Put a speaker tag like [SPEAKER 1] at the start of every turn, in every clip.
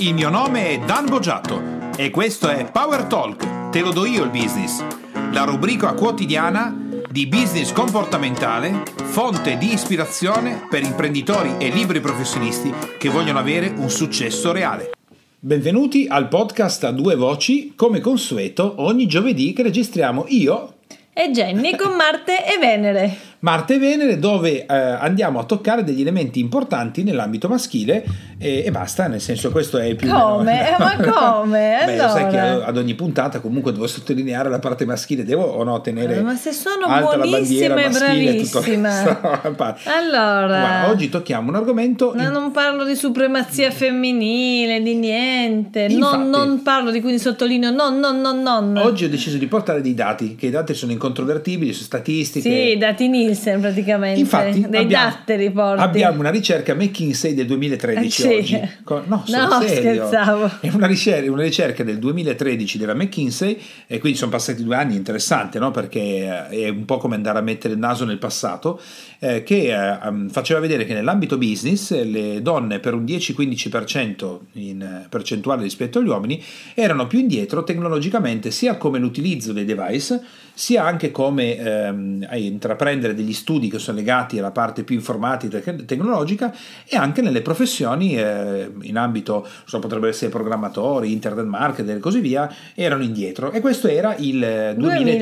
[SPEAKER 1] Il mio nome è Dan Boggiato e questo è Power Talk, te lo do io il business, la rubrica quotidiana di business comportamentale, fonte di ispirazione per imprenditori e liberi professionisti che vogliono avere un successo reale. Benvenuti al podcast a due voci, come consueto ogni giovedì che registriamo io
[SPEAKER 2] e Jenny con Marte e Venere.
[SPEAKER 1] Marte e Venere, dove andiamo a toccare degli elementi importanti nell'ambito maschile e basta, nel senso questo è più
[SPEAKER 2] come? Ma come?
[SPEAKER 1] Beh,
[SPEAKER 2] allora.
[SPEAKER 1] sai che ad ogni puntata comunque devo sottolineare la parte maschile, devo o no tenere
[SPEAKER 2] ma se sono
[SPEAKER 1] alta la bandiera
[SPEAKER 2] buonissima e
[SPEAKER 1] maschile,
[SPEAKER 2] bravissima.
[SPEAKER 1] Allora, guarda, oggi tocchiamo un argomento.
[SPEAKER 2] Non parlo di supremazia femminile, di niente.
[SPEAKER 1] Infatti,
[SPEAKER 2] non parlo di, quindi sottolineo non.
[SPEAKER 1] Oggi ho deciso di portare dei dati, che i dati sono incontrovertibili, su statistiche.
[SPEAKER 2] Sì, dati Nielsen praticamente.
[SPEAKER 1] Infatti,
[SPEAKER 2] dei dati riporti.
[SPEAKER 1] Abbiamo una ricerca McKinsey del 2013
[SPEAKER 2] sì.
[SPEAKER 1] oggi. No, serio.
[SPEAKER 2] Scherzavo.
[SPEAKER 1] È una ricerca del 2013 della McKinsey, e quindi sono passati 2 anni, interessante, no? Perché è un po' come andare a mettere il naso nel passato, che faceva vedere che nell'ambito business le donne per un 10-15% in percentuale rispetto agli uomini erano più indietro tecnologicamente, sia come l'utilizzo dei device, sia anche come intraprendere degli studi che sono legati alla parte più informatica e tecnologica, e anche nelle professioni in ambito, potrebbero essere programmatori, internet marketer e così via, erano indietro. E questo era il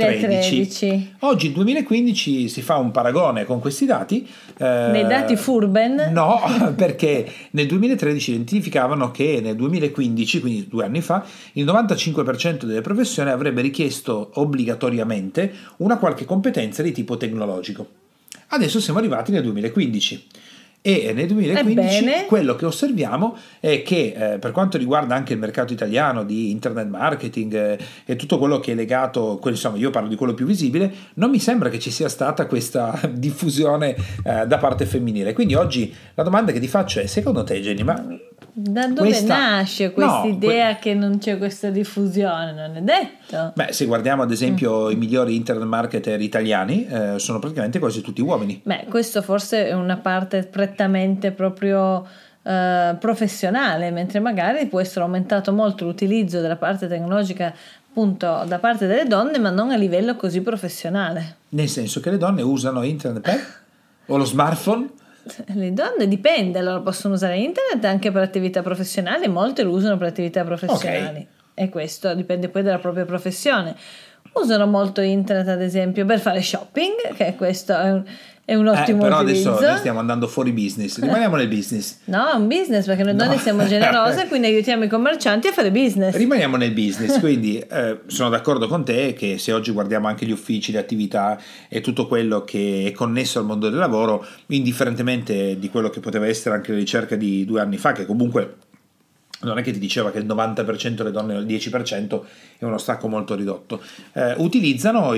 [SPEAKER 1] 2013. Oggi, il 2015, si fa un paragone con questi dati.
[SPEAKER 2] Dei dati Furben?
[SPEAKER 1] No, perché nel 2013 identificavano che nel 2015, quindi 2 anni fa, il 95% delle professioni avrebbe richiesto obbligatoriamente una qualche competenza di tipo tecnologico. Adesso siamo arrivati nel 2015. E nel 2015 quello che osserviamo è che per quanto riguarda anche il mercato italiano di internet marketing e tutto quello che è legato, insomma io parlo di quello più visibile, non mi sembra che ci sia stata questa diffusione da parte femminile. Quindi oggi la domanda che ti faccio è: secondo te, Jenny, ma
[SPEAKER 2] da dove nasce questa idea che non c'è questa diffusione? Non è detto.
[SPEAKER 1] Beh, se guardiamo ad esempio i migliori internet marketer italiani, sono praticamente quasi tutti uomini.
[SPEAKER 2] Beh, questo forse è una parte prettamente proprio professionale, mentre magari può essere aumentato molto l'utilizzo della parte tecnologica appunto da parte delle donne, ma non a livello così professionale.
[SPEAKER 1] Nel senso che le donne usano internet o lo smartphone?
[SPEAKER 2] Le donne dipende, allora possono usare internet anche per attività professionali, molte lo usano per attività professionali, okay. E questo dipende poi dalla propria professione. Usano molto internet ad esempio per fare shopping, che questo è un ottimo
[SPEAKER 1] però
[SPEAKER 2] utilizzo.
[SPEAKER 1] Adesso noi stiamo andando fuori business, rimaniamo nel business.
[SPEAKER 2] No, è un business, perché noi donne siamo generose, quindi aiutiamo i commercianti a fare business.
[SPEAKER 1] Rimaniamo nel business, quindi sono d'accordo con te che se oggi guardiamo anche gli uffici, le attività e tutto quello che è connesso al mondo del lavoro, indifferentemente di quello che poteva essere anche la ricerca di 2 anni fa, che comunque non è che ti diceva che il 90% delle donne o il 10% è uno stacco molto ridotto, utilizzano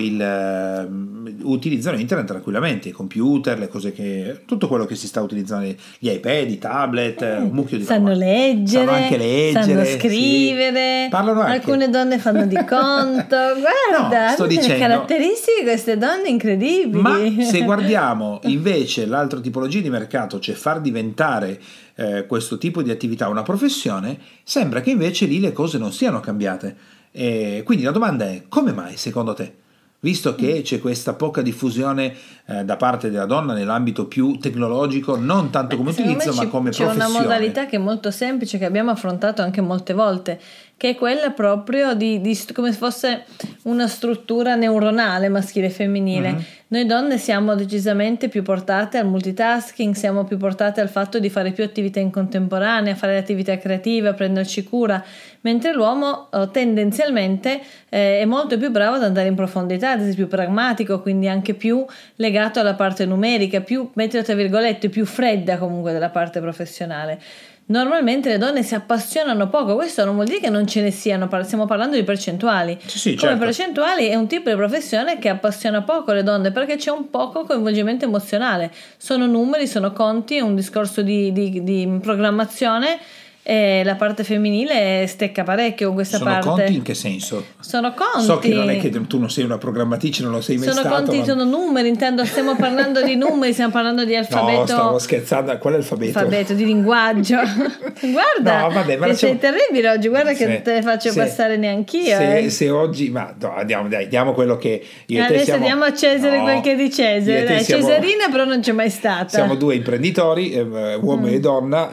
[SPEAKER 1] internet tranquillamente, i computer, le cose tutto quello che si sta utilizzando, gli iPad, i tablet, un mucchio di
[SPEAKER 2] sanno leggere,
[SPEAKER 1] sanno anche leggere,
[SPEAKER 2] sanno scrivere,
[SPEAKER 1] sì. Parlano anche.
[SPEAKER 2] Alcune donne fanno di conto, guarda,
[SPEAKER 1] no, sto dicendo,
[SPEAKER 2] caratteristiche di queste donne incredibili.
[SPEAKER 1] Ma se guardiamo invece l'altra tipologia di mercato, cioè far diventare questo tipo di attività una professione, sembra che invece lì le cose non siano cambiate. Quindi la domanda è: come mai secondo te? Visto che c'è questa poca diffusione da parte della donna nell'ambito più tecnologico, non tanto come utilizzo ma come professione.
[SPEAKER 2] C'è una modalità che è molto semplice, che abbiamo affrontato anche molte volte, che è quella proprio di come se fosse una struttura neuronale maschile e femminile. Mm-hmm. Noi donne siamo decisamente più portate al multitasking, siamo più portate al fatto di fare più attività in contemporanea, fare attività creative, a prenderci cura, mentre l'uomo tendenzialmente è molto più bravo ad andare in profondità, ad esempio più pragmatico, quindi anche più legato alla parte numerica, più, metto tra virgolette, più fredda comunque della parte professionale. Normalmente le donne si appassionano poco, questo non vuol dire che non ce ne siano, stiamo parlando di percentuali.
[SPEAKER 1] Sì,
[SPEAKER 2] come
[SPEAKER 1] certo.
[SPEAKER 2] Percentuali è un tipo di professione che appassiona poco le donne, perché c'è un poco coinvolgimento emozionale, sono numeri, sono conti, è un discorso di programmazione e la parte femminile stecca parecchio con questa parte.
[SPEAKER 1] Sono conti in che senso?
[SPEAKER 2] Sono conti.
[SPEAKER 1] So che non è che tu non sei una programmatrice, non lo sei mai
[SPEAKER 2] sono
[SPEAKER 1] stato.
[SPEAKER 2] Conti, sono numeri, intendo, stiamo parlando di numeri, stiamo parlando di alfabeto.
[SPEAKER 1] No, stavo scherzando, qual è l'alfabeto?
[SPEAKER 2] Alfabeto, di linguaggio. Guarda,
[SPEAKER 1] no, vabbè, ma
[SPEAKER 2] sei terribile oggi, guarda che non te ne faccio
[SPEAKER 1] se,
[SPEAKER 2] passare neanch'io.
[SPEAKER 1] Se oggi, ma no, diamo quello che io e te
[SPEAKER 2] adesso
[SPEAKER 1] siamo,
[SPEAKER 2] diamo a Cesare quel che è di Cesare. Dai, Cesarina però non c'è mai stata.
[SPEAKER 1] Siamo due imprenditori, uomo e donna,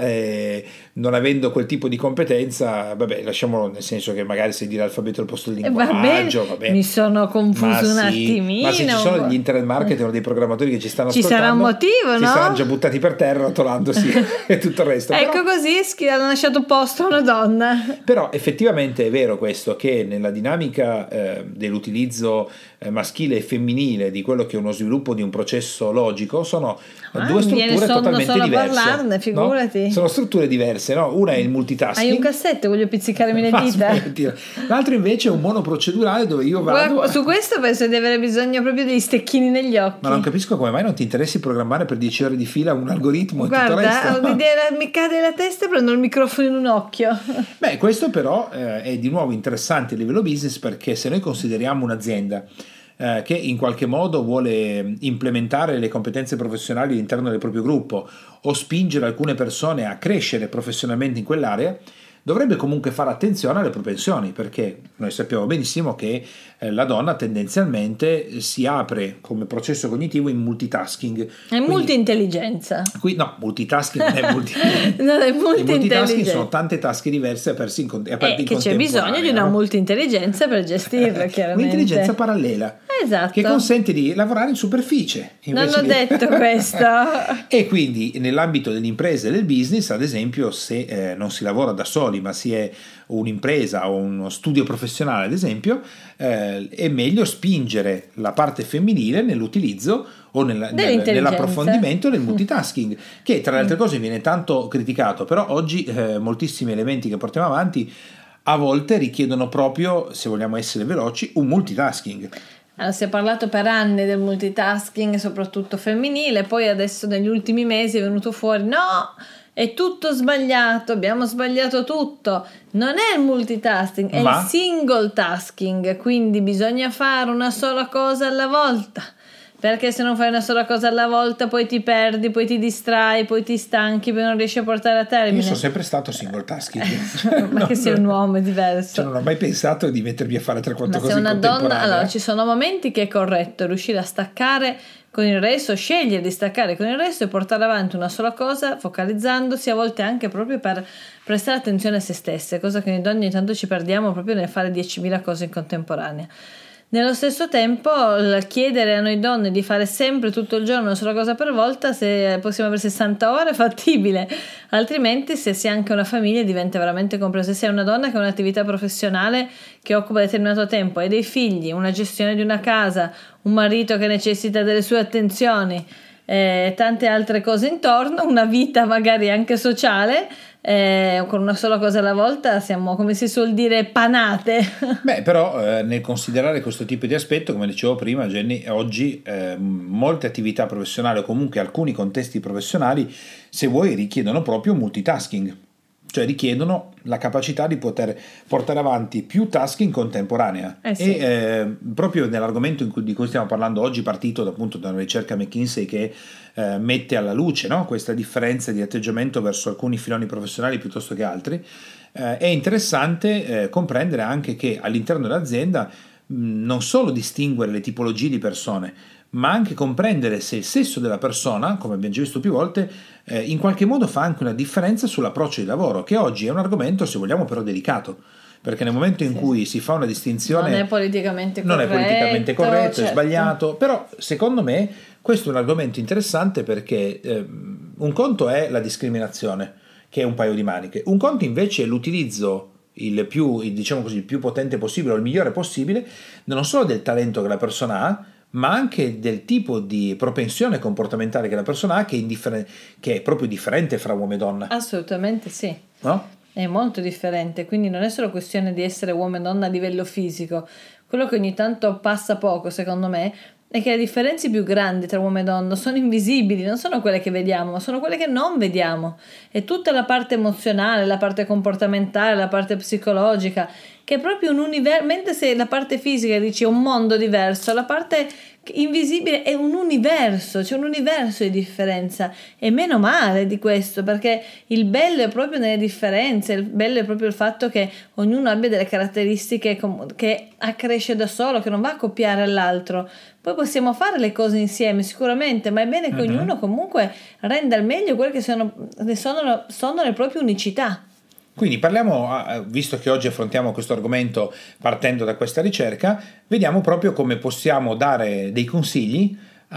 [SPEAKER 1] non avendo quel tipo di competenza, vabbè, lasciamolo, nel senso che magari se dire l'alfabeto al posto del linguaggio, vabbè.
[SPEAKER 2] Mi sono confuso un attimino.
[SPEAKER 1] Ma se ci sono degli internet marketer o dei programmatori che ci stanno
[SPEAKER 2] ascoltando, ci sarà un motivo,
[SPEAKER 1] si
[SPEAKER 2] no?
[SPEAKER 1] saranno già buttati per terra rotolandosi e tutto il resto.
[SPEAKER 2] Ecco, però, così hanno lasciato posto a una donna.
[SPEAKER 1] Però effettivamente è vero questo, che nella dinamica dell'utilizzo maschile e femminile di quello che è uno sviluppo di un processo logico sono due strutture totalmente diverse.
[SPEAKER 2] Parlarne, figurati.
[SPEAKER 1] No? Sono strutture diverse, no? Una è il multitasking.
[SPEAKER 2] Hai un cassetto, voglio pizzicarmi le dita.
[SPEAKER 1] L'altro invece è un monoprocedurale dove io vado.
[SPEAKER 2] Guarda, su questo penso di avere bisogno proprio degli stecchini negli occhi.
[SPEAKER 1] Ma non capisco come mai non ti interessi programmare per 10 ore di fila un algoritmo.
[SPEAKER 2] Guarda,
[SPEAKER 1] e tutto il resto.
[SPEAKER 2] Mi cade la testa e prendo il microfono in un occhio.
[SPEAKER 1] Beh, questo però è di nuovo interessante a livello business, perché se noi consideriamo un'azienda che in qualche modo vuole implementare le competenze professionali all'interno del proprio gruppo o spingere alcune persone a crescere professionalmente in quell'area, dovrebbe comunque fare attenzione alle propensioni, perché noi sappiamo benissimo che la donna tendenzialmente si apre come processo cognitivo in multitasking.
[SPEAKER 2] È multi-intelligenza.
[SPEAKER 1] No, multitasking non è
[SPEAKER 2] non è
[SPEAKER 1] multitasking, sono tante tasche diverse aperse in
[SPEAKER 2] che c'è bisogno di una multi-intelligenza per gestirla, chiaramente.
[SPEAKER 1] Un'intelligenza parallela.
[SPEAKER 2] Esatto.
[SPEAKER 1] Che consente di lavorare in superficie.
[SPEAKER 2] Non ho detto questo.
[SPEAKER 1] E quindi nell'ambito dell'impresa e del business, ad esempio, se non si lavora da soli, ma si è un'impresa o uno studio professionale, ad esempio, è meglio spingere la parte femminile nell'utilizzo o nell'approfondimento del multitasking, che tra le altre cose viene tanto criticato, però oggi moltissimi elementi che portiamo avanti a volte richiedono proprio, se vogliamo essere veloci, un multitasking.
[SPEAKER 2] Allora, si è parlato per anni del multitasking, soprattutto femminile, poi adesso negli ultimi mesi è venuto fuori, no, è tutto sbagliato, abbiamo sbagliato tutto. Non è il multitasking, è il single tasking, quindi bisogna fare una sola cosa alla volta. Perché se non fai una sola cosa alla volta poi ti perdi, poi ti distrai, poi ti stanchi, poi non riesci a portare a termine.
[SPEAKER 1] Io sono sempre stato single tasking.
[SPEAKER 2] Ma che sei un uomo, è diverso.
[SPEAKER 1] Cioè, non ho mai pensato di mettermi a fare 3-4 cose in contemporanea.
[SPEAKER 2] Ma se una donna, allora ci sono momenti che è corretto riuscire a staccare con il resto, scegliere di staccare con il resto e portare avanti una sola cosa, focalizzandosi a volte anche proprio per prestare attenzione a se stesse, cosa che noi donne ogni tanto ci perdiamo proprio nel fare 10.000 cose in contemporanea. Nello stesso tempo, chiedere a noi donne di fare sempre tutto il giorno una sola cosa per volta, se possiamo avere 60 ore, è fattibile, altrimenti se si ha anche una famiglia diventa veramente complesso. Se sei una donna che ha un'attività professionale che occupa determinato tempo, hai dei figli, una gestione di una casa, un marito che necessita delle sue attenzioni, tante altre cose intorno, una vita magari anche sociale, con una sola cosa alla volta siamo, come si suol dire, panate.
[SPEAKER 1] Beh, però nel considerare questo tipo di aspetto, come dicevo prima, Jenny, oggi molte attività professionali o comunque alcuni contesti professionali, se vuoi, richiedono proprio multitasking, cioè richiedono la capacità di poter portare avanti più task in contemporanea.
[SPEAKER 2] Sì.
[SPEAKER 1] E proprio nell'argomento di cui stiamo parlando oggi, partito appunto da una ricerca McKinsey che mette alla luce, no, questa differenza di atteggiamento verso alcuni filoni professionali piuttosto che altri, è interessante comprendere anche che all'interno dell'azienda non solo distinguere le tipologie di persone, ma anche comprendere se il sesso della persona, come abbiamo già visto più volte, in qualche modo fa anche una differenza sull'approccio di lavoro, che oggi è un argomento, se vogliamo, però delicato, perché nel momento in cui si fa una distinzione
[SPEAKER 2] non è politicamente corretto,
[SPEAKER 1] certo. È sbagliato, però secondo me questo è un argomento interessante, perché un conto è la discriminazione, che è un paio di maniche, un conto invece è l'utilizzo il più potente possibile o il migliore possibile, non solo del talento che la persona ha, ma anche del tipo di propensione comportamentale che la persona ha, che è proprio differente fra uomo e donna.
[SPEAKER 2] Assolutamente sì.
[SPEAKER 1] No?
[SPEAKER 2] È molto differente, quindi non è solo questione di essere uomo e donna a livello fisico. Quello che ogni tanto passa poco, secondo me, è che le differenze più grandi tra uomo e donna sono invisibili, non sono quelle che vediamo, ma sono quelle che non vediamo. E tutta la parte emozionale, la parte comportamentale, la parte psicologica, che è proprio un universo, mentre se la parte fisica dici è un mondo diverso, la parte invisibile è un universo, c'è un universo di differenza, e meno male di questo, perché il bello è proprio nelle differenze, il bello è proprio il fatto che ognuno abbia delle caratteristiche che accresce da solo, che non va a copiare all'altro. Poi possiamo fare le cose insieme sicuramente, ma è bene che ognuno comunque renda al meglio quelle che sono le proprie unicità.
[SPEAKER 1] Quindi parliamo, visto che oggi affrontiamo questo argomento partendo da questa ricerca, vediamo proprio come possiamo dare dei consigli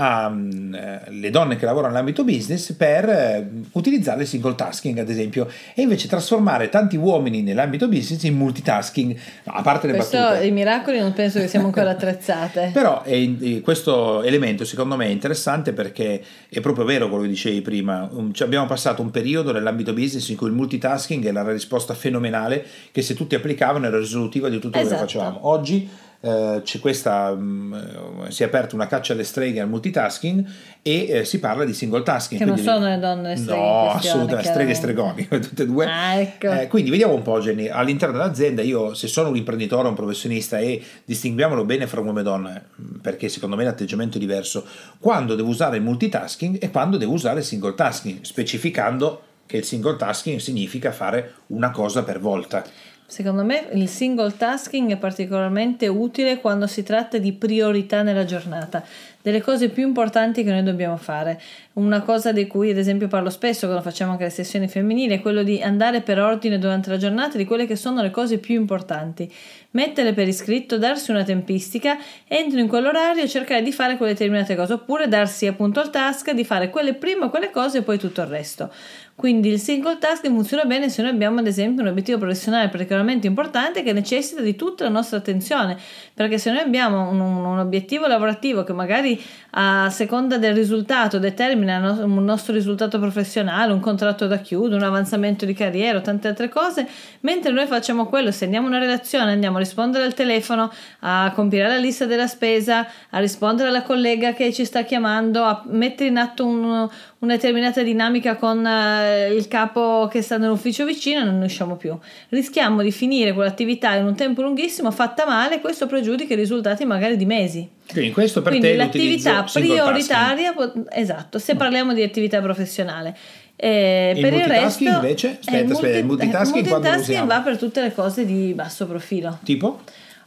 [SPEAKER 1] alle donne che lavorano nell'ambito business per utilizzare il single tasking, ad esempio, e invece trasformare tanti uomini nell'ambito business in multitasking, a parte le battute.
[SPEAKER 2] I miracoli non penso che siamo ancora attrezzate.
[SPEAKER 1] Però questo elemento secondo me è interessante, perché è proprio vero quello che dicevi prima. Abbiamo passato un periodo nell'ambito business in cui il multitasking era la risposta fenomenale, che se tutti applicavano era risolutiva di tutto quello che facevamo. Oggi c'è questa si è aperta una caccia alle streghe al multitasking e si parla di single tasking,
[SPEAKER 2] che non sono le donne le streghe,
[SPEAKER 1] no, assolutamente, streghe e stregoni tutte e due.
[SPEAKER 2] Ecco.
[SPEAKER 1] Quindi vediamo un po', Jenny, all'interno dell'azienda, io se sono un imprenditore, un professionista, e distinguiamolo bene fra uomo e donna, perché secondo me l'atteggiamento è diverso, quando devo usare il multitasking e quando devo usare il single tasking, specificando che il single tasking significa fare una cosa per volta.
[SPEAKER 2] Secondo me il single tasking è particolarmente utile quando si tratta di priorità nella giornata, delle cose più importanti che noi dobbiamo fare. Una cosa di cui ad esempio parlo spesso quando facciamo anche le sessioni femminili è quello di andare per ordine durante la giornata di quelle che sono le cose più importanti, metterle per iscritto, darsi una tempistica, entro in quell'orario e cercare di fare quelle determinate cose, oppure darsi appunto il task di fare quelle prima, quelle cose e poi tutto il resto. Quindi il single task funziona bene se noi abbiamo ad esempio un obiettivo professionale particolarmente importante che necessita di tutta la nostra attenzione, perché se noi abbiamo un obiettivo lavorativo che magari a seconda del risultato determina un nostro risultato professionale, un contratto da chiudere, un avanzamento di carriera o tante altre cose, mentre noi facciamo quello, se andiamo a una relazione, andiamo a rispondere al telefono, a compilare la lista della spesa, a rispondere alla collega che ci sta chiamando, a mettere in atto una determinata dinamica con il capo che sta nell'ufficio vicino, non ne usciamo più. Rischiamo di finire quell'attività in un tempo lunghissimo fatta male, e questo pregiudica i risultati magari di mesi.
[SPEAKER 1] Quindi questo per
[SPEAKER 2] Quindi
[SPEAKER 1] te
[SPEAKER 2] l'attività prioritaria, esatto, se parliamo di attività professionale. Per il resto
[SPEAKER 1] invece, il multitasking
[SPEAKER 2] va per tutte le cose di basso profilo.
[SPEAKER 1] Tipo?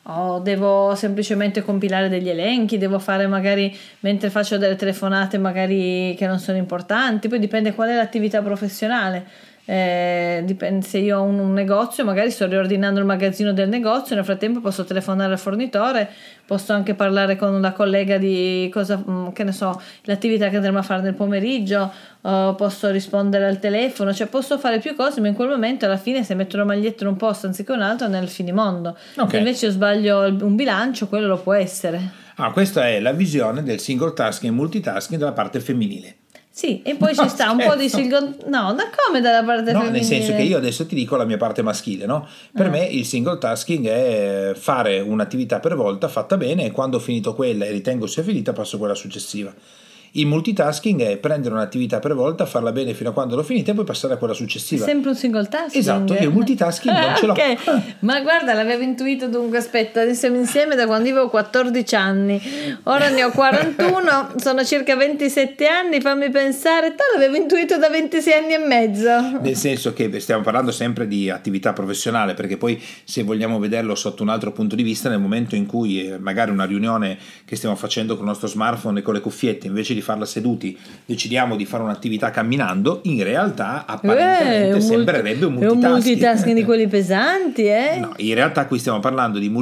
[SPEAKER 2] Devo semplicemente compilare degli elenchi, devo fare magari mentre faccio delle telefonate magari che non sono importanti, poi dipende qual è l'attività professionale. Dipende, se io ho un negozio magari sto riordinando il magazzino del negozio, nel frattempo posso telefonare al fornitore, posso anche parlare con la collega di cosa, che ne so, l'attività che andremo a fare nel pomeriggio, posso rispondere al telefono, cioè posso fare più cose, ma in quel momento alla fine se metto una maglietta in un posto anziché un altro nel finimondo. Se invece io sbaglio un bilancio, quello lo può essere.
[SPEAKER 1] Questa è la visione del single tasking e multitasking dalla parte femminile.
[SPEAKER 2] Sì, e poi ci sta un po' di single... No, da come dalla parte femminile?
[SPEAKER 1] No, nel senso che io adesso ti dico la mia parte maschile, no? Per me il single tasking è fare un'attività per volta fatta bene, e quando ho finito quella e ritengo sia finita passo a quella successiva. Il multitasking è prendere un'attività per volta, farla bene fino a quando l'ho finita e poi passare a quella successiva.
[SPEAKER 2] È sempre un single tasking.
[SPEAKER 1] Esatto, io il multitasking non ce l'ho.
[SPEAKER 2] Ma guarda, l'avevo intuito, dunque aspetta, siamo insieme da quando avevo 14 anni, ora ne ho 41, sono circa 27 anni, fammi pensare, l'avevo intuito da 26 anni e mezzo.
[SPEAKER 1] Nel senso che stiamo parlando sempre di attività professionale, perché poi se vogliamo vederlo sotto un altro punto di vista, nel momento in cui magari una riunione che stiamo facendo con il nostro smartphone e con le cuffiette, invece di farla seduti decidiamo di fare un'attività camminando, in realtà apparentemente sembrerebbe un multitasking.
[SPEAKER 2] È un multitasking di quelli pesanti,
[SPEAKER 1] No, in realtà qui stiamo parlando di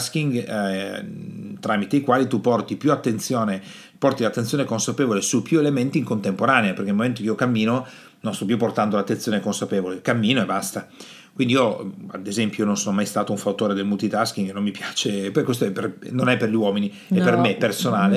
[SPEAKER 1] multitasking tramite i quali tu porti l'attenzione consapevole su più elementi in contemporanea, perché nel momento che io cammino non sto più portando l'attenzione consapevole, cammino e basta. Quindi io, ad esempio, non sono mai stato un fautore del multitasking, non mi piace, per questo non è per gli uomini, è per me personale.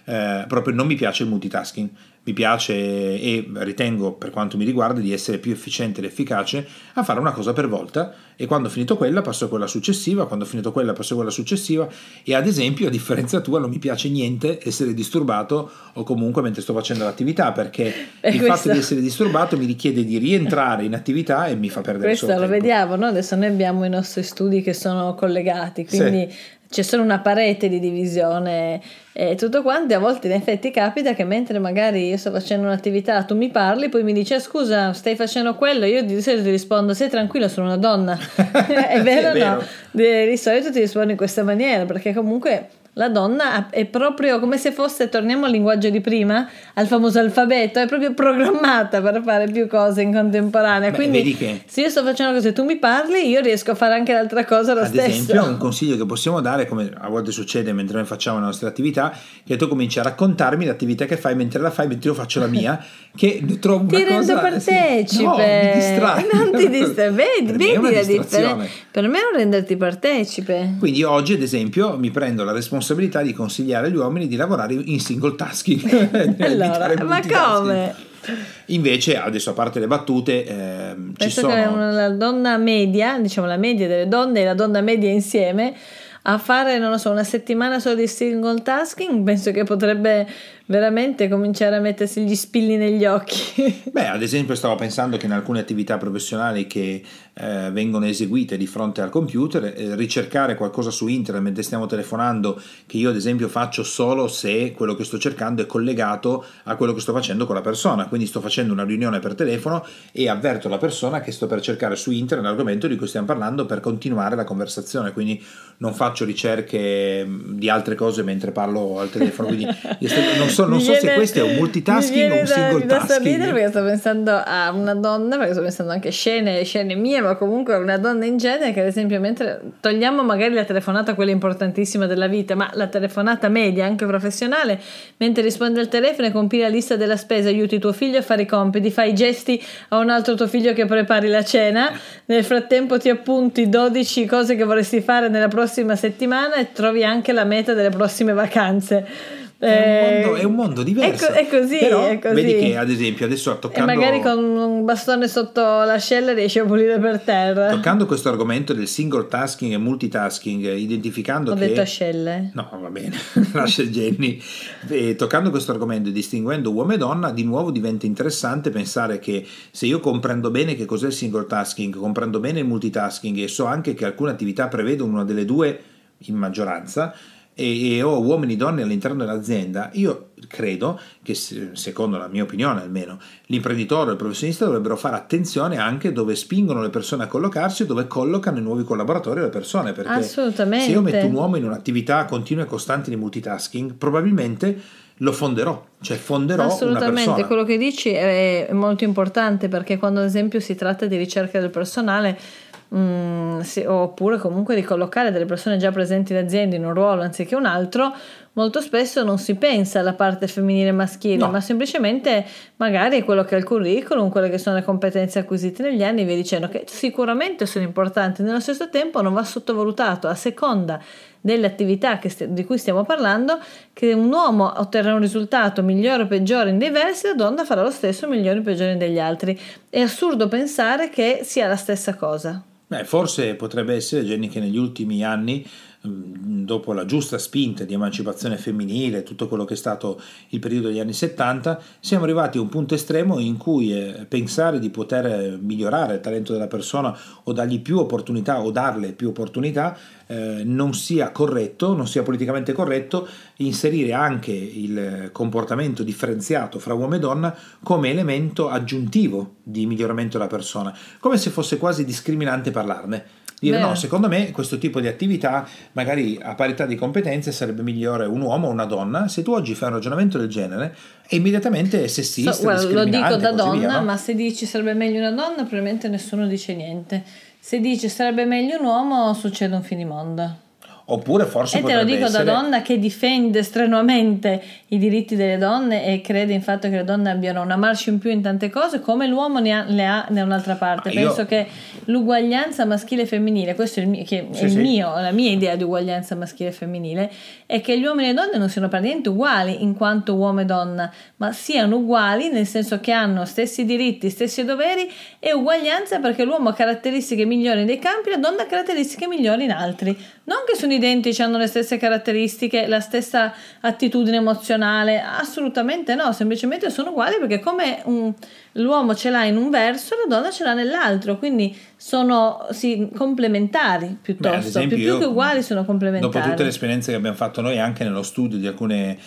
[SPEAKER 1] proprio non mi piace il multitasking. Mi piace e ritengo, per quanto mi riguarda, di essere più efficiente ed efficace a fare una cosa per volta, e quando ho finito quella passo a quella successiva, quando ho finito quella passo a quella successiva. E ad esempio, a differenza tua, non mi piace niente essere disturbato o comunque mentre sto facendo l'attività, perché il fatto di essere disturbato mi richiede di rientrare in attività e mi fa perdere il
[SPEAKER 2] solo tempo. Questo lo vediamo, no? Adesso noi abbiamo i nostri studi che sono collegati, quindi c'è solo una parete di divisione e tutto quanto, e a volte in effetti capita che mentre magari io sto facendo un'attività tu mi parli, poi mi dici scusa stai facendo quello, io di solito ti rispondo sei tranquilla sono una donna. È vero, sì, no? Di solito ti rispondo in questa maniera, perché comunque la donna è proprio come se fosse, torniamo al linguaggio di prima, al famoso alfabeto, è proprio programmata per fare più cose in contemporanea. Quindi se io sto facendo cose e tu mi parli, io riesco a fare anche l'altra cosa lo stesso. Ad
[SPEAKER 1] esempio, un consiglio che possiamo dare, come a volte succede mentre noi facciamo le nostre attività, che tu cominci a raccontarmi l'attività che fai mentre la fai, mentre io faccio la mia, che trovo
[SPEAKER 2] una cosa... Ti rendo partecipe.
[SPEAKER 1] No, mi distrai.
[SPEAKER 2] Non ti distrai. Vedi la differenza. Per me è un renderti partecipe.
[SPEAKER 1] Quindi oggi, ad esempio, mi prendo la responsabilità di consigliare agli uomini di lavorare in single tasking.
[SPEAKER 2] Allora, ma come?
[SPEAKER 1] Invece, adesso a parte le battute, ci sono...
[SPEAKER 2] che la donna media, diciamo la media delle donne e la donna media insieme, a fare, non lo so, una settimana solo di single tasking, penso che potrebbe veramente cominciare a mettersi gli spilli negli occhi.
[SPEAKER 1] Beh, ad esempio stavo pensando che in alcune attività professionali che vengono eseguite di fronte al computer, ricercare qualcosa su internet mentre stiamo telefonando, che io ad esempio faccio solo se quello che sto cercando è collegato a quello che sto facendo con la persona. Quindi sto facendo una riunione per telefono e avverto la persona che sto per cercare su internet l'argomento di cui stiamo parlando per continuare la conversazione. Quindi non faccio ricerche di altre cose mentre parlo al telefono. Quindi non so se questo è un multitasking o un single tasking.
[SPEAKER 2] Perché sto pensando a una donna, perché sto pensando anche a scene mie, ma comunque a una donna in genere che ad esempio mentre togliamo magari la telefonata, quella importantissima della vita, ma la telefonata media anche professionale, mentre rispondi al telefono e compili la lista della spesa, aiuti tuo figlio a fare i compiti, fai gesti a un altro tuo figlio che prepari la cena, nel frattempo ti appunti 12 cose che vorresti fare nella prossima settimana e trovi anche la meta delle prossime vacanze.
[SPEAKER 1] È un mondo diverso.
[SPEAKER 2] È così.
[SPEAKER 1] Vedi che ad esempio adesso toccando,
[SPEAKER 2] e magari con un bastone sotto l'ascella riesci a pulire per terra.
[SPEAKER 1] Toccando questo argomento del single tasking e multitasking, identificando
[SPEAKER 2] Ho detto ascelle?
[SPEAKER 1] No, va bene, lascia Jenny. Toccando questo argomento e distinguendo uomo e donna, di nuovo diventa interessante pensare che se io comprendo bene che cos'è il single tasking, comprendo bene il multitasking e so anche che alcune attività prevedono una delle due in maggioranza, e ho uomini e donne all'interno dell'azienda, io credo che, secondo la mia opinione almeno, l'imprenditore o il professionista dovrebbero fare attenzione anche dove spingono le persone a collocarsi e dove collocano i nuovi collaboratori e le persone, perché
[SPEAKER 2] assolutamente,
[SPEAKER 1] se io metto un uomo in un'attività continua e costante di multitasking, probabilmente lo fonderò una persona.
[SPEAKER 2] Assolutamente, quello che dici è molto importante, perché quando ad esempio si tratta di ricerca del personale, oppure comunque di collocare delle persone già presenti in azienda in un ruolo anziché un altro, molto spesso non si pensa alla parte femminile e maschile, no, ma semplicemente magari quello che è il curriculum, quelle che sono le competenze acquisite negli anni, via dicendo, che sicuramente sono importanti. Nello stesso tempo non va sottovalutato, a seconda delle attività di cui stiamo parlando, che un uomo otterrà un risultato migliore o peggiore in dei versi, la donna farà lo stesso migliore o peggiore in degli altri. È assurdo pensare che sia la stessa cosa.
[SPEAKER 1] Forse potrebbe essere, Jenny, che negli ultimi anni, dopo la giusta spinta di emancipazione femminile, tutto quello che è stato il periodo degli anni 70, siamo arrivati a un punto estremo in cui pensare di poter migliorare il talento della persona o dargli più opportunità o darle più opportunità non sia corretto, non sia politicamente corretto inserire anche il comportamento differenziato fra uomo e donna come elemento aggiuntivo di miglioramento della persona, come se fosse quasi discriminante parlarne. Dire no, secondo me questo tipo di attività magari a parità di competenze sarebbe migliore un uomo o una donna. Se tu oggi fai un ragionamento del genere è immediatamente sessista,
[SPEAKER 2] lo dico da donna,
[SPEAKER 1] via, no?
[SPEAKER 2] Ma se dici sarebbe meglio una donna probabilmente nessuno dice niente. Se dici sarebbe meglio un uomo succede un finimondo.
[SPEAKER 1] Oppure forse
[SPEAKER 2] e te lo dico
[SPEAKER 1] essere...
[SPEAKER 2] da donna che difende strenuamente i diritti delle donne e crede in fatto che le donne abbiano una marcia in più in tante cose, come l'uomo ne ha da un'altra parte. Penso che l'uguaglianza maschile e femminile, questo è la mia idea di uguaglianza maschile e femminile, è che gli uomini e le donne non siano per niente uguali in quanto uomo e donna, ma siano uguali nel senso che hanno stessi diritti, stessi doveri, e uguaglianza perché l'uomo ha caratteristiche migliori in dei campi, la donna ha caratteristiche migliori in altri. Non che sono identici, hanno le stesse caratteristiche, la stessa attitudine emozionale, assolutamente no, semplicemente sono uguali perché come l'uomo ce l'ha in un verso, la donna ce l'ha nell'altro, quindi sono complementari piuttosto.
[SPEAKER 1] Ad esempio,
[SPEAKER 2] più che uguali sono complementari.
[SPEAKER 1] Dopo tutte le esperienze che abbiamo fatto noi anche nello studio di alcune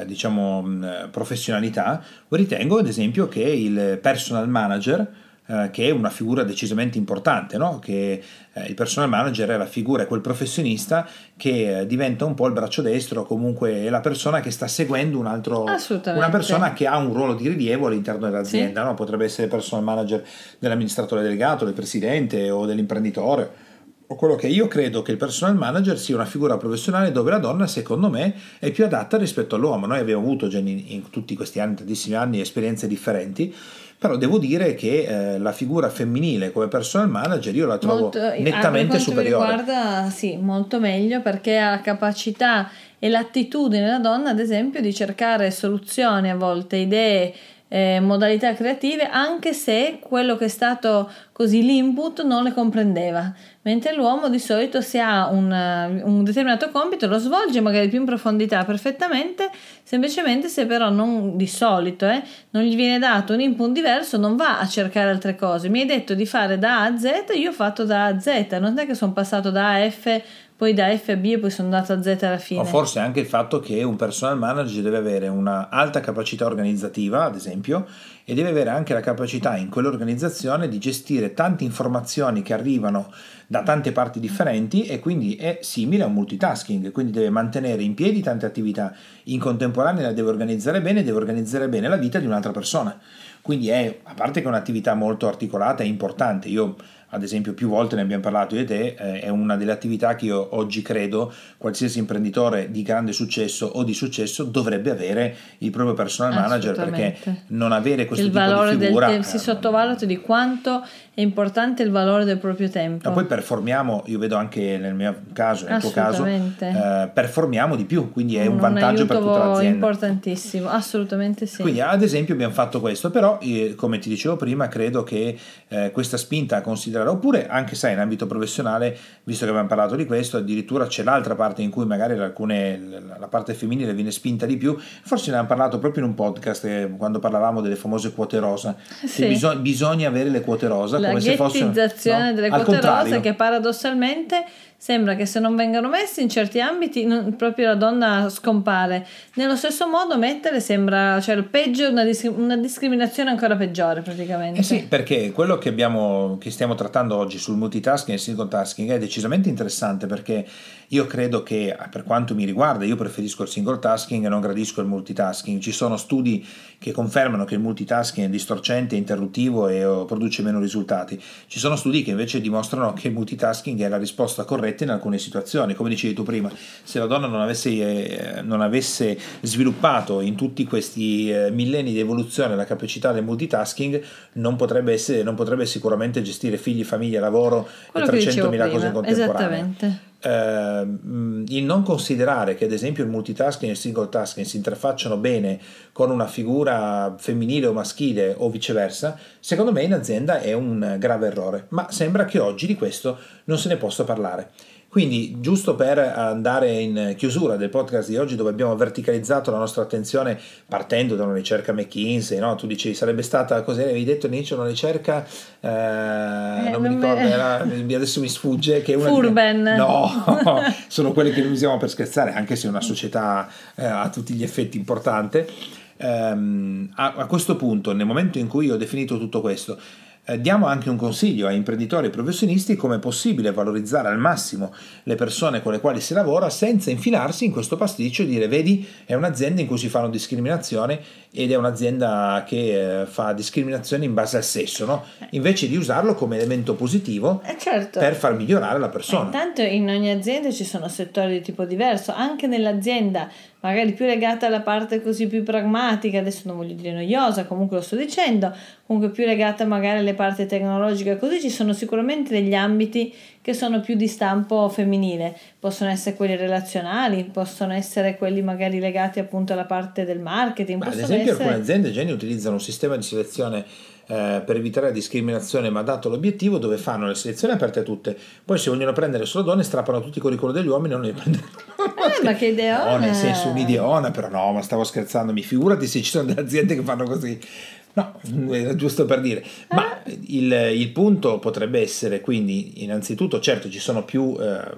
[SPEAKER 1] professionalità, ritengo ad esempio che il personal manager, che è una figura decisamente importante, no? Che il personal manager è la figura, è quel professionista che diventa un po' il braccio destro, comunque è la persona che sta seguendo una persona che ha un ruolo di rilievo all'interno dell'azienda, no? Potrebbe essere il personal manager dell'amministratore delegato, del presidente o dell'imprenditore, o quello che io credo che il personal manager sia una figura professionale dove la donna, secondo me, è più adatta rispetto all'uomo. Noi abbiamo avuto già in tutti questi anni, tantissimi anni, esperienze differenti, però devo dire che la figura femminile come personal manager io la trovo nettamente superiore.
[SPEAKER 2] Mi riguarda, sì, molto meglio, perché ha la capacità e l'attitudine della donna, ad esempio, di cercare soluzioni, a volte idee, modalità creative, anche se quello che è stato così l'input non le comprendeva, mentre l'uomo di solito, se ha un determinato compito, lo svolge magari più in profondità perfettamente, semplicemente se però non, di solito non gli viene dato un input diverso, non va a cercare altre cose. Mi hai detto di fare da A a Z, io ho fatto da A a Z, non è che sono passato da A a F, poi da F a B e poi sono andato a Z alla fine.
[SPEAKER 1] O forse anche il fatto che un personal manager deve avere una alta capacità organizzativa, ad esempio, e deve avere anche la capacità in quell'organizzazione di gestire tante informazioni che arrivano da tante parti differenti, e quindi è simile a un multitasking, quindi deve mantenere in piedi tante attività in contemporanea, la deve organizzare bene la vita di un'altra persona. Quindi è, a parte che è un'attività molto articolata e importante, io ad esempio più volte ne abbiamo parlato io e te, è una delle attività che io oggi credo qualsiasi imprenditore di grande successo o di successo dovrebbe avere il proprio personal manager, perché non avere questo tipo di figura
[SPEAKER 2] si sottovaluta di quanto è importante il valore del proprio tempo.
[SPEAKER 1] Ma poi performiamo, io vedo anche nel mio caso, nel tuo caso, performiamo di più, quindi è un vantaggio per tutta l'azienda.
[SPEAKER 2] Importantissimo, assolutamente sì.
[SPEAKER 1] Quindi ad esempio abbiamo fatto questo, però come ti dicevo prima, credo che questa spinta a considerare, oppure anche sai in ambito professionale, visto che abbiamo parlato di questo, addirittura c'è l'altra parte in cui magari la parte femminile viene spinta di più. Forse ne abbiamo parlato proprio in un podcast quando parlavamo delle famose quote rosa,
[SPEAKER 2] sì.
[SPEAKER 1] Che bisogna avere le quote rosa,
[SPEAKER 2] la
[SPEAKER 1] come se fosse
[SPEAKER 2] delle quote rosa, che paradossalmente sembra che se non vengano messe in certi ambiti proprio la donna scompare. Nello stesso modo mettere sembra, cioè il peggio, una discriminazione ancora peggiore praticamente.
[SPEAKER 1] Sì, perché quello che stiamo trattando oggi sul multitasking e single tasking è decisamente interessante, perché io credo che, per quanto mi riguarda, io preferisco il single tasking e non gradisco il multitasking. Ci sono studi che confermano che il multitasking è distorcente, interruttivo e produce meno risultati. Ci sono studi che invece dimostrano che il multitasking è la risposta corretta in alcune situazioni. Come dicevi tu prima, se la donna non avesse sviluppato in tutti questi millenni di evoluzione la capacità del multitasking, non potrebbe sicuramente gestire figli, famiglia, lavoro e 300.000 cose in contemporanea.
[SPEAKER 2] Esattamente.
[SPEAKER 1] Il non considerare che ad esempio il multitasking e il single tasking si interfacciano bene con una figura femminile o maschile o viceversa, secondo me in azienda è un grave errore, ma sembra che oggi di questo non se ne possa parlare. Quindi, giusto per andare in chiusura del podcast di oggi, dove abbiamo verticalizzato la nostra attenzione partendo da una ricerca McKinsey, no? Tu dicevi sarebbe stata, cos'era, avevi detto all'inizio, una ricerca non mi ricordo, adesso mi sfugge, che è una
[SPEAKER 2] Furben.
[SPEAKER 1] No, sono quelle che noi usiamo per scherzare, anche se è una società a tutti gli effetti importante. A questo punto, nel momento in cui ho definito tutto questo, diamo anche un consiglio a imprenditori e professionisti come è possibile valorizzare al massimo le persone con le quali si lavora senza infilarsi in questo pasticcio e dire: vedi, è un'azienda in cui si fanno discriminazione ed è un'azienda che fa discriminazione in base al sesso, no? Invece di usarlo come elemento positivo
[SPEAKER 2] certo,
[SPEAKER 1] per far migliorare la persona.
[SPEAKER 2] Intanto in ogni azienda ci sono settori di tipo diverso, anche nell'azienda magari più legata alla parte così più pragmatica, adesso non voglio dire noiosa, comunque lo sto dicendo, comunque più legata magari alle parti tecnologiche, così ci sono sicuramente degli ambiti che sono più di stampo femminile, possono essere quelli relazionali, possono essere quelli magari legati appunto alla parte del marketing.
[SPEAKER 1] Ad esempio alcune aziende, Jenny, utilizzano un sistema di selezione per evitare la discriminazione, ma dato l'obiettivo, dove fanno le selezioni aperte a tutte, poi se vogliono prendere solo donne strappano tutti i curriculum degli uomini e non li prendono.
[SPEAKER 2] Ma che ideona!
[SPEAKER 1] No, nel senso un'ideona, però no, ma stavo scherzando, mi figurati se ci sono delle aziende che fanno così. No, era giusto per dire. Ma il punto potrebbe essere, quindi, innanzitutto, certo, ci sono più,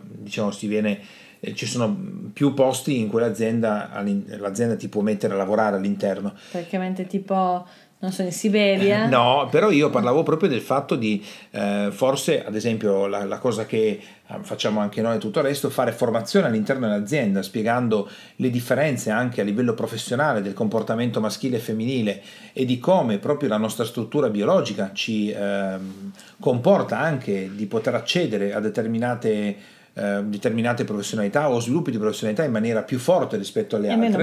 [SPEAKER 1] ci sono più posti in quell'azienda, l'azienda ti può mettere a lavorare all'interno.
[SPEAKER 2] Praticamente tipo, non so, in Siberia.
[SPEAKER 1] No, però io parlavo proprio del fatto di, forse, ad esempio, la cosa che facciamo anche noi e tutto il resto, fare formazione all'interno dell'azienda, spiegando le differenze anche a livello professionale del comportamento maschile e femminile e di come proprio la nostra struttura biologica ci comporta anche di poter accedere a determinate professionalità o sviluppi di professionalità in maniera più forte rispetto alle altre.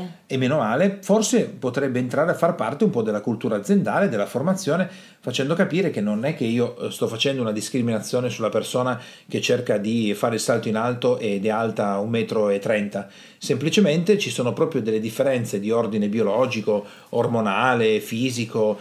[SPEAKER 1] E meno male, forse potrebbe entrare a far parte un po' della cultura aziendale, della formazione, facendo capire che non è che io sto facendo una discriminazione sulla persona che cerca di fare il salto in alto ed è alta 1,30 m, semplicemente ci sono proprio delle differenze di ordine biologico, ormonale, fisico,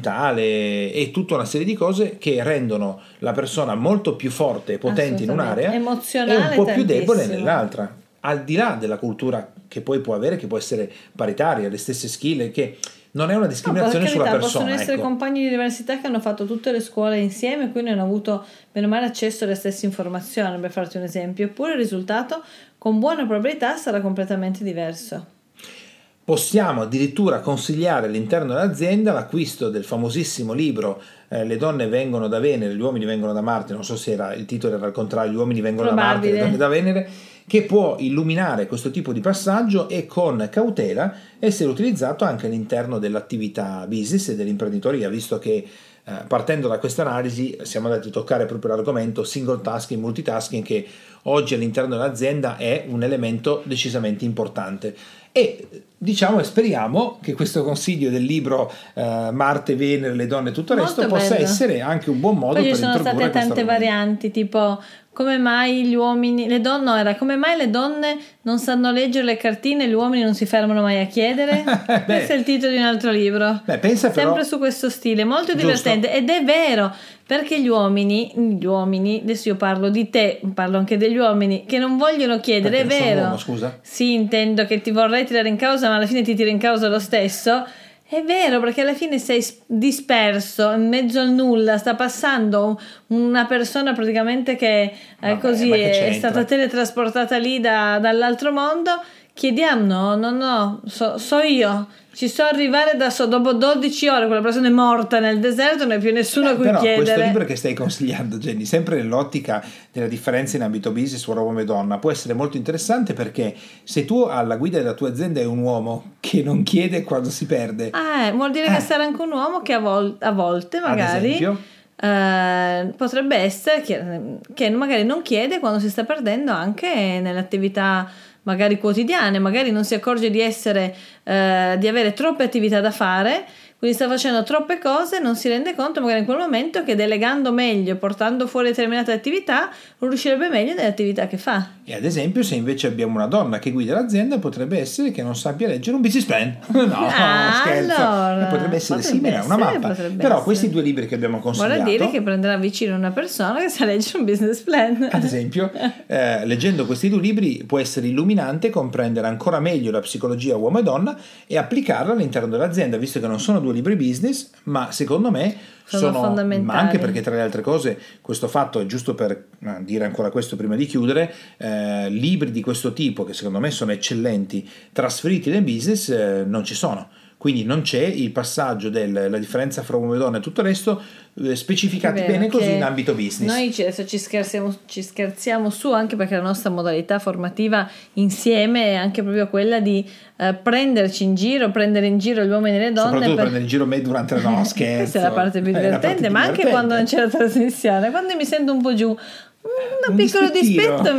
[SPEAKER 1] mentale e tutta una serie di cose che rendono la persona molto più forte e potente in un'area
[SPEAKER 2] emozionale
[SPEAKER 1] e un po' più
[SPEAKER 2] tantissimo.
[SPEAKER 1] debole nell'altra, al di là della cultura che poi può avere, che può essere paritaria, le stesse skill, che non è una discriminazione sulla persona.
[SPEAKER 2] Possono essere compagni di università che hanno fatto tutte le scuole insieme, quindi hanno avuto meno male accesso alle stesse informazioni, per farti un esempio, eppure il risultato con buona probabilità sarà completamente diverso.
[SPEAKER 1] Possiamo addirittura consigliare all'interno dell'azienda l'acquisto del famosissimo libro Le donne vengono da Venere, gli uomini vengono da Marte, non so se il titolo era al contrario, gli uomini vengono da Marte, le donne da Venere, che può illuminare questo tipo di passaggio e con cautela essere utilizzato anche all'interno dell'attività business e dell'imprenditoria, visto che partendo da questa analisi siamo andati a toccare proprio l'argomento single tasking, multitasking, che oggi all'interno dell'azienda è un elemento decisamente importante. E diciamo e speriamo che questo consiglio del libro Marte, Venere, le donne e tutto il resto possa essere anche un buon modo
[SPEAKER 2] per
[SPEAKER 1] introdurre
[SPEAKER 2] questo. Poi ci sono state tante varianti, tipo come mai gli uomini, come mai le donne non sanno leggere le cartine e gli uomini non si fermano mai a chiedere. Questo è il titolo di un altro libro.
[SPEAKER 1] Pensa però,
[SPEAKER 2] sempre su questo stile, molto divertente, ed è vero, perché gli uomini, adesso io parlo di te, parlo anche degli uomini che non vogliono chiedere,
[SPEAKER 1] perché
[SPEAKER 2] è vero.
[SPEAKER 1] Uomo, scusa?
[SPEAKER 2] Sì, intendo che ti vorrei tirare in causa, ma alla fine ti tiro in causa lo stesso. È vero, perché alla fine sei disperso in mezzo al nulla, sta passando una persona praticamente che è stata teletrasportata lì dall'altro mondo. Chiediamo, no, so io, ci so arrivare dopo 12 ore, quella persona è morta nel deserto, non è più nessuno a cui
[SPEAKER 1] però
[SPEAKER 2] chiedere.
[SPEAKER 1] Questo libro che stai consigliando, Jenny, sempre nell'ottica della differenza in ambito business tra uomo e donna, può essere molto interessante, perché se tu alla guida della tua azienda hai un uomo che non chiede quando si perde,
[SPEAKER 2] vuol dire che sarà anche un uomo che a volte magari, ad esempio, potrebbe essere che magari non chiede quando si sta perdendo anche nelle attività magari quotidiane, magari non si accorge di avere troppe attività da fare, quindi sta facendo troppe cose, non si rende conto magari in quel momento che delegando meglio, portando fuori determinate attività, riuscirebbe meglio nelle attività che fa.
[SPEAKER 1] E ad esempio, se invece abbiamo una donna che guida l'azienda, potrebbe essere che non sappia leggere un business plan. Scherzo.
[SPEAKER 2] Allora,
[SPEAKER 1] potrebbe essere simile a una mappa. Però questi due libri che abbiamo consigliato,
[SPEAKER 2] vuol dire che prenderà vicino una persona che sa leggere un business plan.
[SPEAKER 1] Ad esempio, leggendo questi due libri può essere illuminante comprendere ancora meglio la psicologia uomo e donna e applicarla all'interno dell'azienda, visto che non sono due libri business, ma secondo me sono fondamentali. Ma anche perché, tra le altre cose, questo fatto è giusto per dire ancora questo prima di chiudere, libri di questo tipo, che secondo me sono eccellenti, trasferiti nel business, non ci sono. quindi non c'è il passaggio della differenza fra uomo e donna e tutto il resto specificati bene così in ambito business.
[SPEAKER 2] Noi adesso ci scherziamo su, anche perché la nostra modalità formativa insieme è anche proprio quella di prenderci in giro, prendere in giro gli uomini e le donne,
[SPEAKER 1] soprattutto prendere in giro me durante la no, scherzo.
[SPEAKER 2] Questa è la parte più divertente, ma anche quando non c'è la trasmissione, quando mi sento un po' giù, un piccolo dispetto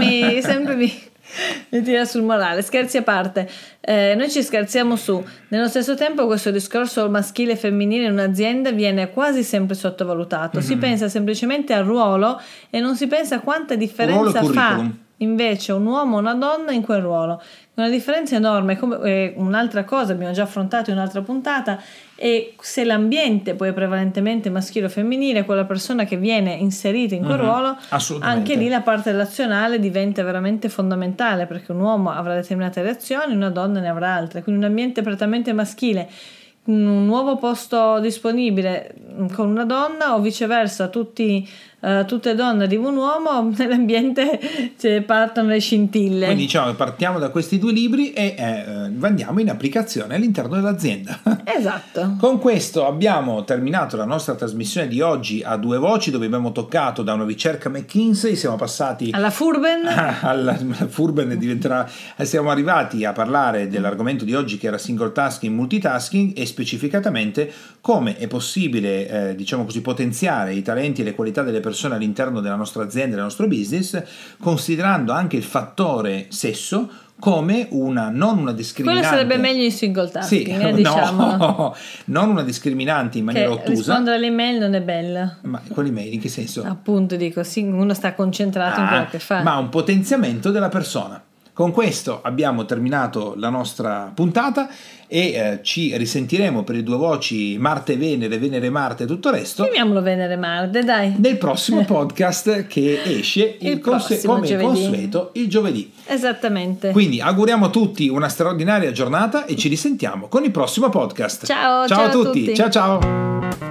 [SPEAKER 2] mi tira sul morale. Scherzi a parte, noi ci scherziamo su. Nello stesso tempo questo discorso maschile e femminile in un'azienda viene quasi sempre sottovalutato. Si pensa semplicemente al ruolo e non si pensa a quanta differenza fa invece un uomo o una donna in quel ruolo. Una differenza enorme. Un'altra cosa abbiamo già affrontato in un'altra puntata, e se l'ambiente poi è prevalentemente maschile o femminile, quella persona che viene inserita in quel ruolo, anche lì la parte relazionale diventa veramente fondamentale, perché un uomo avrà determinate reazioni, una donna ne avrà altre. Quindi un ambiente prettamente maschile, un nuovo posto disponibile con una donna, o viceversa tutte donne di un uomo, nell'ambiente partono le scintille.
[SPEAKER 1] Quindi diciamo partiamo da questi due libri e andiamo in applicazione all'interno dell'azienda.
[SPEAKER 2] Esatto.
[SPEAKER 1] Con questo abbiamo terminato la nostra trasmissione di oggi a due voci, dove abbiamo toccato da una ricerca McKinsey, siamo passati
[SPEAKER 2] alla Furben.
[SPEAKER 1] alla Furben diventerà, siamo arrivati a parlare dell'argomento di oggi, che era single tasking, multitasking, e specificatamente come è possibile diciamo così potenziare i talenti e le qualità delle persone all'interno della nostra azienda, del nostro business, considerando anche il fattore sesso come non una discriminante.
[SPEAKER 2] Quello sarebbe meglio in single tasking, diciamo.
[SPEAKER 1] No, non una discriminante in maniera ottusa.
[SPEAKER 2] Rispondere all'email non è bella.
[SPEAKER 1] Ma con l'email in che senso?
[SPEAKER 2] Appunto dico, sì, uno sta concentrato in quello che fa.
[SPEAKER 1] Ma un potenziamento della persona. Con questo abbiamo terminato la nostra puntata e ci risentiremo per le due voci Marte Venere, Venere Marte e tutto il resto.
[SPEAKER 2] Chiamiamolo Venere Marte, dai.
[SPEAKER 1] Nel prossimo podcast che esce come
[SPEAKER 2] giovedì.
[SPEAKER 1] Consueto il giovedì.
[SPEAKER 2] Esattamente.
[SPEAKER 1] Quindi auguriamo a tutti una straordinaria giornata e ci risentiamo con il prossimo podcast.
[SPEAKER 2] Ciao
[SPEAKER 1] a tutti. Ciao.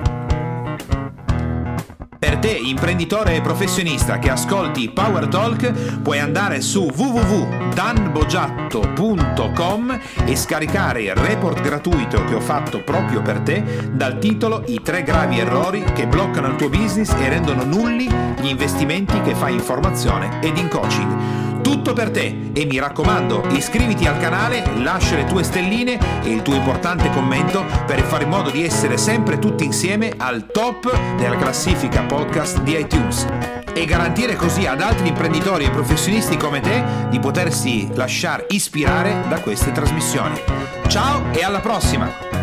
[SPEAKER 1] Per te, imprenditore e professionista che ascolti Power Talk, puoi andare su www.danbogiatto.com e scaricare il report gratuito che ho fatto proprio per te, dal titolo I 3 gravi errori che bloccano il tuo business e rendono nulli gli investimenti che fai in formazione ed in coaching. Tutto per te, e mi raccomando, iscriviti al canale, lascia le tue stelline e il tuo importante commento per fare in modo di essere sempre tutti insieme al top della classifica podcast di iTunes e garantire così ad altri imprenditori e professionisti come te di potersi lasciar ispirare da queste trasmissioni. Ciao e alla prossima!